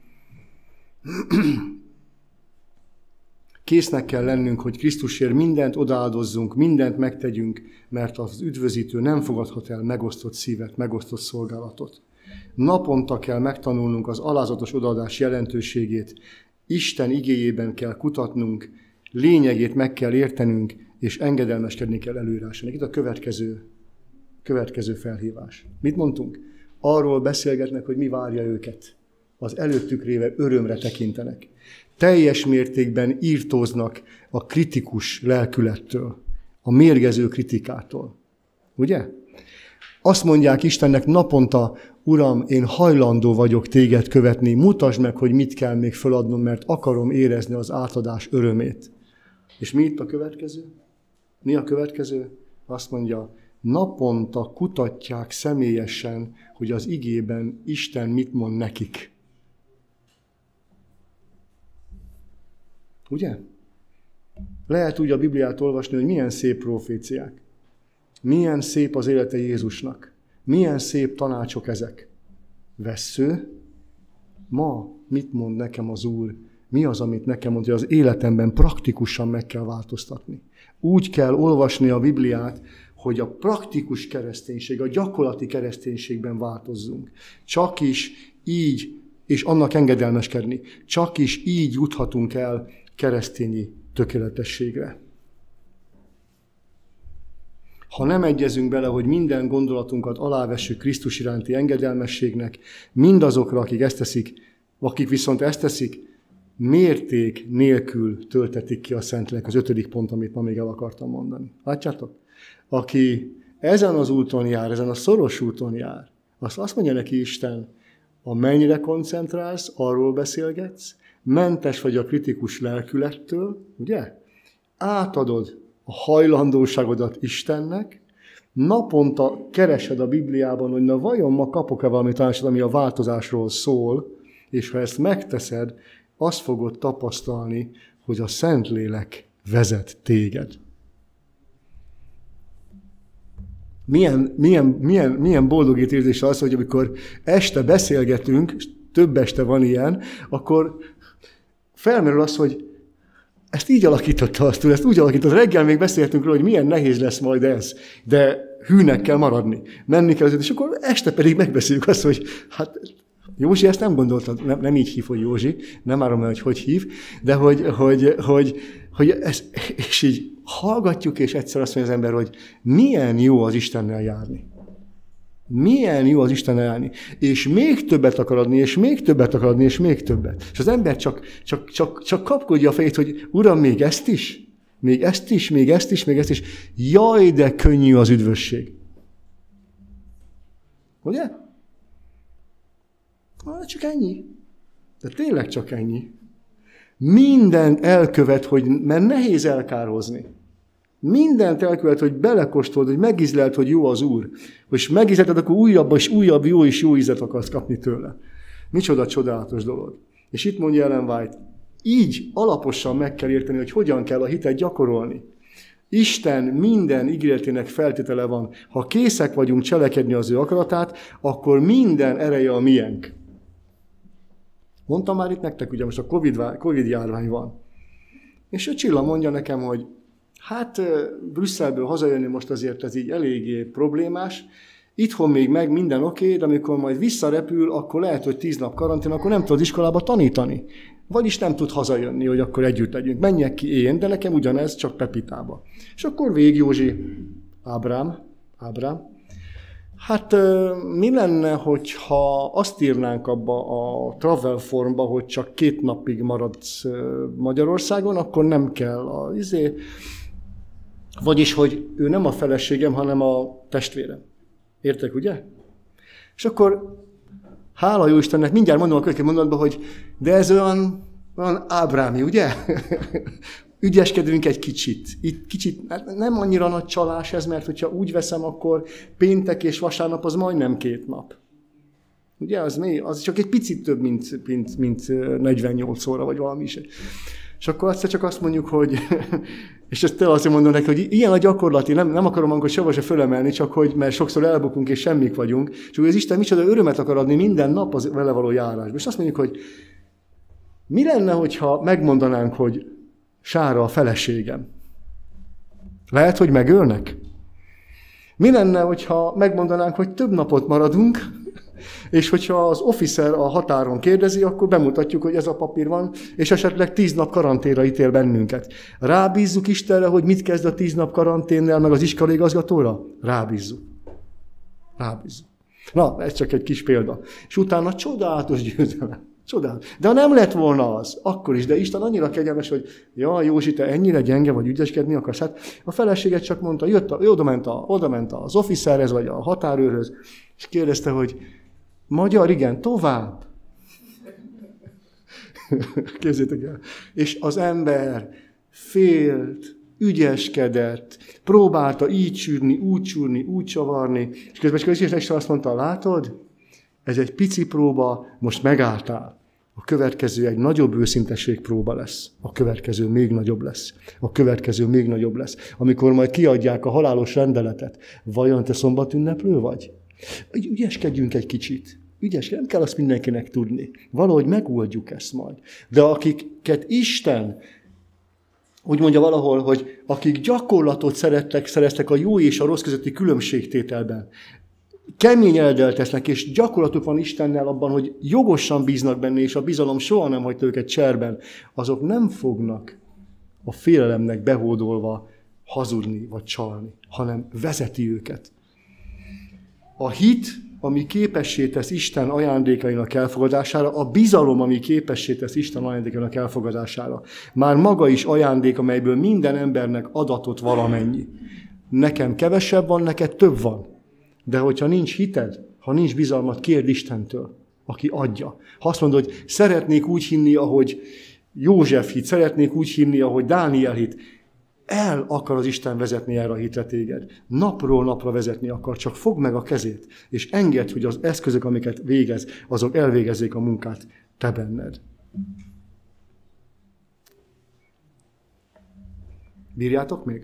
Késznek kell lennünk, hogy Krisztusért mindent odaaldozzunk, mindent megtegyünk, mert az üdvözítő nem fogadhat el megosztott szívet, megosztott szolgálatot. Naponta kell megtanulnunk az alázatos odaadás jelentőségét, Isten igéjében kell kutatnunk, lényegét meg kell értenünk, és engedelmeskedni kell előírásának. Itt a következő felhívás. Mit mondtunk? Arról beszélgetnek, hogy mi várja őket. Az előttük lévő örömre tekintenek. Teljes mértékben írtóznak a kritikus lelkülettől, a mérgező kritikától. Ugye? Azt mondják Istennek naponta, Uram, én hajlandó vagyok téged követni, mutasd meg, hogy mit kell még feladnom, mert akarom érezni az átadás örömét. És mi itt a következő? Mi a következő? Azt mondja, naponta kutatják személyesen, hogy az igében Isten mit mond nekik. Ugye? Lehet úgy a Bibliát olvasni, hogy milyen szép proféciák. Milyen szép az élete Jézusnak. Milyen szép tanácsok ezek. Vessző, ma mit mond nekem az Úr? Mi az, amit nekem mond, hogy az életemben praktikusan meg kell változtatni. Úgy kell olvasni a Bibliát, hogy a praktikus kereszténység, a gyakorlati kereszténységben változzunk. Csak is így, és annak engedelmeskedni, csak is így juthatunk el keresztényi tökéletességre. Ha nem egyezünk bele, hogy minden gondolatunkat alávessük Krisztus iránti engedelmességnek, mindazokra, akik viszont ezt teszik, mérték nélkül töltetik ki a Szentlélek, az 5. pont, amit ma még el akartam mondani. Látjátok? Aki ezen az úton jár, ezen a szoros úton jár, azt mondja neki Isten, a mennyre koncentrálsz, arról beszélgetsz, mentes vagy a kritikus lelkülettől, ugye? Átadod a hajlandóságodat Istennek, naponta keresed a Bibliában, hogy na vajon ma kapok-e valami tanácsot, ami a változásról szól, és ha ezt megteszed, azt fogod tapasztalni, hogy a Szentlélek vezet téged. Milyen boldogít érzés az, hogy amikor este beszélgetünk, és több este van ilyen, akkor felmerül az, hogy ezt így alakította azt, ezt úgy alakította. Reggel még beszéltünk róla, hogy milyen nehéz lesz majd ez, de hűnek kell maradni, menni kell, és akkor este pedig megbeszéljük azt, hogy hát Józsi ezt nem gondoltad, nem így hív, hogy Józsi, nem árom el, hogy hív, de hogy ez, és így hallgatjuk, és egyszer azt mondja az ember, hogy milyen jó az Istennel járni. Milyen jó az Istennel járni. És még többet akar adni, és még többet akar adni, és még többet. És az ember csak kapkodja a fejét, hogy Uram, még ezt is? Még ezt is, még ezt is, még ezt is. Jaj, de könnyű az üdvösség. Ugye? Csak ennyi. De tényleg csak ennyi. Mindent elkövet, mert nehéz elkározni. Mindent elkövet, hogy belekóstold, hogy megízlelt, hogy jó az Úr. És megízlelted, akkor újabb és újabb jó és jó ízet akarsz kapni tőle. Micsoda csodálatos dolog. És itt mondja Ellen White, így alaposan meg kell érteni, hogy hogyan kell a hitet gyakorolni. Isten minden ígéretének feltétele van. Ha készek vagyunk cselekedni az ő akaratát, akkor minden ereje a miénk. Mondtam már itt nektek, ugye most a Covid járvány van. És a Csilla mondja nekem, hogy hát Brüsszelből hazajönni most azért ez így eléggé problémás. Itthon még meg minden oké, de amikor majd visszarepül, akkor lehet, hogy 10 nap karantén, akkor nem tud az iskolába tanítani. Vagyis nem tud hazajönni, hogy akkor együtt legyünk. Menjek ki én, de nekem ugyanez, csak Pepitába. És akkor Józsi, Ábrám. Hát mi lenne, hogyha azt írnánk abba a travel formba, hogy csak 2 napig maradsz Magyarországon, akkor nem kell Vagyis, hogy ő nem a feleségem, hanem a testvérem. Értek, ugye? És akkor, hála jó Istennek, mindjárt mondom a következő mondatban, hogy de ez olyan ábrámi, ugye? Ügyeskedünk egy kicsit. Itt kicsit nem annyira nagy csalás ez, mert hogyha úgy veszem, akkor péntek és vasárnap az majdnem 2 nap. Ugye, az csak egy picit több, mint 48 óra, vagy valami is. És akkor aztán csak azt mondjuk, hogy, és ezt tényleg azt mondom neki, hogy ilyen a gyakorlati, nem akarom akkor sehova se fölemelni, csak hogy, mert sokszor elbukunk és semmik vagyunk, és hogy az Isten micsoda örömet akar adni minden nap az vele való járásban. És azt mondjuk, hogy mi lenne, hogyha megmondanánk, hogy Sára a feleségem? Lehet, hogy megölnek? Mi lenne, hogyha megmondanánk, hogy több napot maradunk, és hogyha az officer a határon kérdezi, akkor bemutatjuk, hogy ez a papír van, és esetleg 10 nap karanténra ítél bennünket. Rábízzuk Istenre, hogy mit kezd a 10 nap karanténnel, meg az iskolaigazgatóra? Rábízzuk. Na, ez csak egy kis példa. És utána csodálatos győzelem. Csodálatos. De ha nem lett volna az, akkor is, de Isten annyira kegyelmes, hogy ja, Józsi, te ennyire gyenge vagy, ügyeskedni akarsz. Hát a feleséget csak mondta, oda ment az officerhez, vagy a határőrhöz, és kérdezte, hogy magyar, igen, tovább. Képzeljétek el. És az ember félt, ügyeskedett, próbálta így sűrni, úgy csavarni, és közben Isten azt mondta, látod, ez egy pici próba, most megálltál. A következő egy nagyobb őszintesség próba lesz. A következő még nagyobb lesz. A következő még nagyobb lesz. Amikor majd kiadják a halálos rendeletet. Vajon te szombatünneplő vagy? Ügyeskedjünk egy kicsit. Nem kell azt mindenkinek tudni. Valahogy megoldjuk ezt majd. De akiket Isten, úgy mondja valahol, hogy akik gyakorlatot szereztek a jó és a rossz közötti különbségtételben, kemény eldeltesznek, és gyakorlatuk van Istennel abban, hogy jogosan bíznak benne, és a bizalom soha nem hagyta őket cserben, azok nem fognak a félelemnek behódolva hazudni vagy csalni, hanem vezeti őket. A hit, ami képessé tesz Isten ajándékainak elfogadására, a bizalom, ami képessé tesz Isten ajándékainak elfogadására. Már maga is ajándék, amelyből minden embernek adatot valamennyi. Nekem kevesebb van, neked több van. De hogyha nincs hited, ha nincs bizalmat, kérd Istentől, aki adja. Ha azt mondod, hogy szeretnék úgy hinni, ahogy József hit, szeretnék úgy hinni, ahogy Dániel hit, el akar az Isten vezetni erre a hitre téged. Napról napra vezetni akar, csak fogd meg a kezét, és engedd, hogy az eszközök, amiket végez, azok elvégezzék a munkát te benned. Bírjátok még?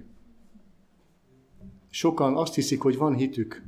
Sokan azt hiszik, hogy van hitük.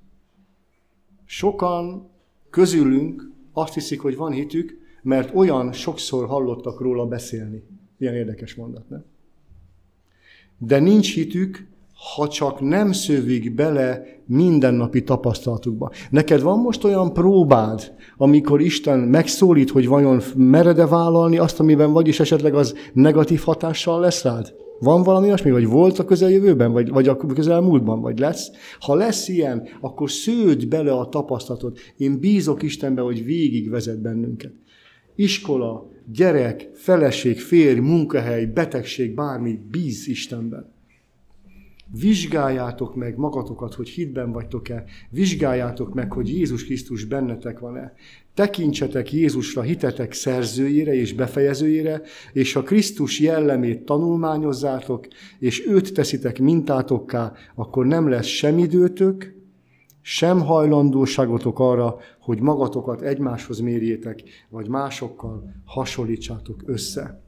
Sokan közülünk azt hiszik, hogy van hitük, mert olyan sokszor hallottak róla beszélni. Ilyen érdekes mondat, nem? De nincs hitük, ha csak nem szövik bele mindennapi tapasztalatukba. Neked van most olyan próbád, amikor Isten megszólít, hogy vajon mered-e vállalni azt, amiben vagy, és esetleg az negatív hatással lesz rád? Van valami olyasmi, vagy volt a közeljövőben, vagy a közelmúltban, vagy lesz? Ha lesz ilyen, akkor sződ bele a tapasztalatot. Én bízok Istenbe, hogy végigvezet bennünket. Iskola, gyerek, feleség, férj, munkahely, betegség, bármi, bíz Istenben. Vizsgáljátok meg magatokat, hogy hitben vagytok-e. Vizsgáljátok meg, hogy Jézus Krisztus bennetek van-e. Tekintsetek Jézusra, hitetek szerzőjére és befejezőjére, és ha Krisztus jellemét tanulmányozzátok, és őt teszitek mintátokká, akkor nem lesz sem időtök, sem hajlandóságotok arra, hogy magatokat egymáshoz mérjétek, vagy másokkal hasonlítsátok össze.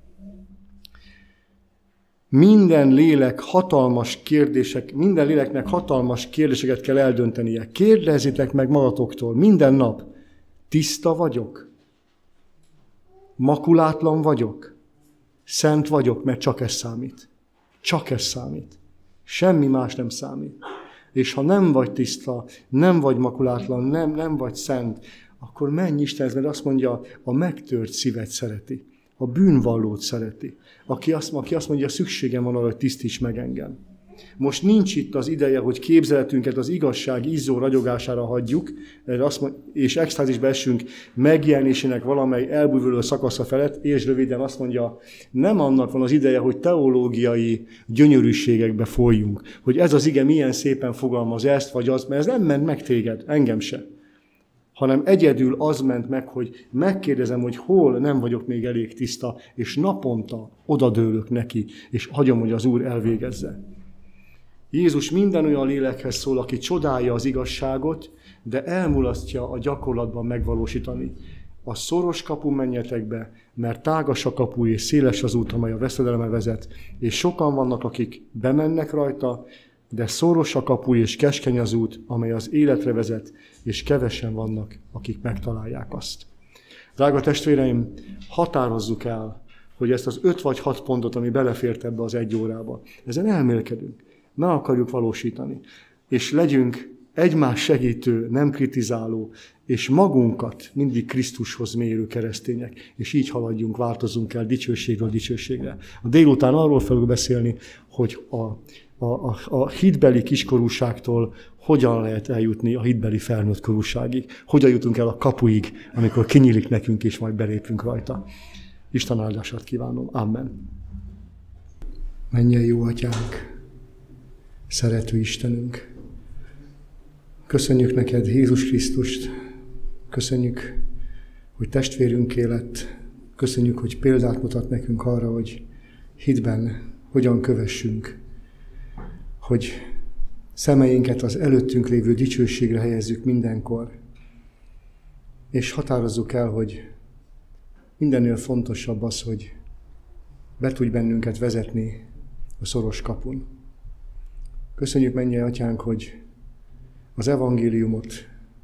Minden léleknek hatalmas kérdéseket kell eldöntenie. Kérdezzitek meg magatoktól minden nap. Tiszta vagyok? Makulátlan vagyok? Szent vagyok, mert csak ez számít. Csak ez számít. Semmi más nem számít. És ha nem vagy tiszta, nem vagy makulátlan, nem vagy szent, akkor menj Istenhez, mert azt mondja, a megtört szívet szereti. A bűnvallót szereti. Aki azt mondja, szükségem van arra, hogy tisztíts meg engem. Most nincs itt az ideje, hogy képzeletünket az igazság izzó ragyogására hagyjuk, és extázisbe essünk megjelenésének valamely elbújuló szakasza felett, és röviden azt mondja, nem annak van az ideje, hogy teológiai gyönyörűségekbe folyjunk, hogy ez az ige milyen szépen fogalmaz ezt vagy azt, mert ez nem ment meg téged, engem se. Hanem egyedül az ment meg, hogy megkérdezem, hogy hol nem vagyok még elég tiszta, és naponta odadőlök neki, és hagyom, hogy az Úr elvégezze. Jézus minden olyan lélekhez szól, aki csodálja az igazságot, de elmulasztja a gyakorlatban megvalósítani. A szoros kapu menjetek be, mert tágas a kapu és széles az út, amely a veszedelemre vezet, és sokan vannak, akik bemennek rajta, de szoros a kapu és keskeny az út, amely az életre vezet, és kevesen vannak, akik megtalálják azt. Drága testvéreim, határozzuk el, hogy ezt az 5 vagy 6 pontot, ami belefért ebbe az 1 órába, ezen elmélkedünk, meg akarjuk valósítani, és legyünk egymás segítő, nem kritizáló, és magunkat mindig Krisztushoz mérő keresztények, és így haladjunk, változzunk el dicsőségről dicsőségre. A délután arról fogok beszélni, hogy a hitbeli kiskorúságtól hogyan lehet eljutni a hitbeli felnőtt korúságig, hogyan jutunk el a kapuig, amikor kinyílik nekünk, és majd belépünk rajta. Isten áldását kívánom. Amen. Mennyei jó Atyánk, szerető Istenünk, köszönjük neked Jézus Krisztust, köszönjük, hogy testvérünké lett, köszönjük, hogy példát mutat nekünk arra, hogy hitben hogyan kövessünk, hogy szemeinket az előttünk lévő dicsőségre helyezzük mindenkor, és határozzuk el, hogy mindennél fontosabb az, hogy be tudj bennünket vezetni a szoros kapun. Köszönjük, mennyei Atyánk, hogy az evangéliumot,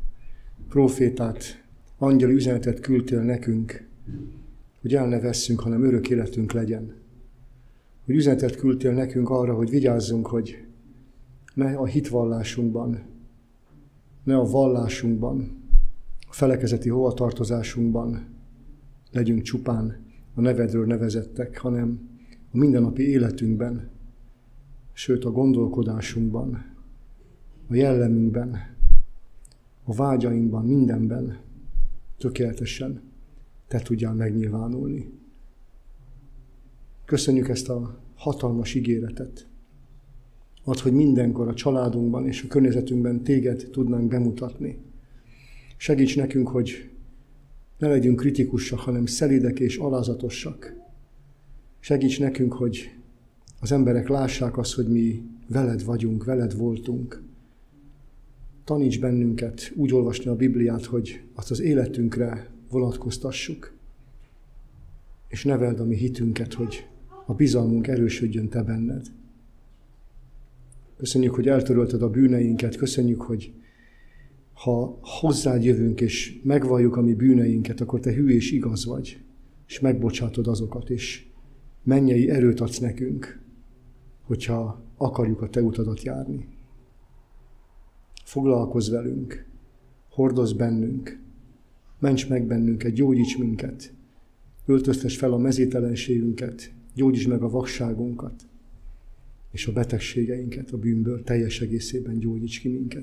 prófétát, angyali üzenetet küldtél nekünk, hogy el ne vesszünk, hanem örök életünk legyen. Hogy üzenetet küldtél nekünk arra, hogy vigyázzunk, hogy ne a hitvallásunkban, ne a vallásunkban, a felekezeti hovatartozásunkban legyünk csupán a nevedről nevezettek, hanem a mindennapi életünkben, sőt a gondolkodásunkban, a jellemünkben, a vágyainkban, mindenben tökéletesen te tudjál megnyilvánulni. Köszönjük ezt a hatalmas ígéretet. Add, hogy mindenkor a családunkban és a környezetünkben téged tudnánk bemutatni. Segíts nekünk, hogy ne legyünk kritikusak, hanem szelídek és alázatosak. Segíts nekünk, hogy az emberek lássák azt, hogy mi veled vagyunk, veled voltunk. Taníts bennünket úgy olvasni a Bibliát, hogy azt az életünkre vonatkoztassuk. És neveld a mi hitünket, hogy a bizalmunk erősödjön te benned. Köszönjük, hogy eltörölted a bűneinket, köszönjük, hogy ha hozzád jövünk és megvalljuk a mi bűneinket, akkor te hű és igaz vagy, és megbocsátod azokat, és mennyei erőt adsz nekünk, hogyha akarjuk a te utadat járni. Foglalkozz velünk, hordozz bennünk, ments meg bennünket, gyógyíts minket, öltöztess fel a mezítelenségünket, gyógyíts meg a vakságunkat, és a betegségeinket a bűnből teljes egészében gyógyíts ki minket.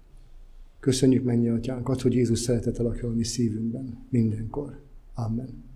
Köszönjük, mennyi atyánkat, hogy Jézus szeretete lakjon a mi szívünkben mindenkor. Amen.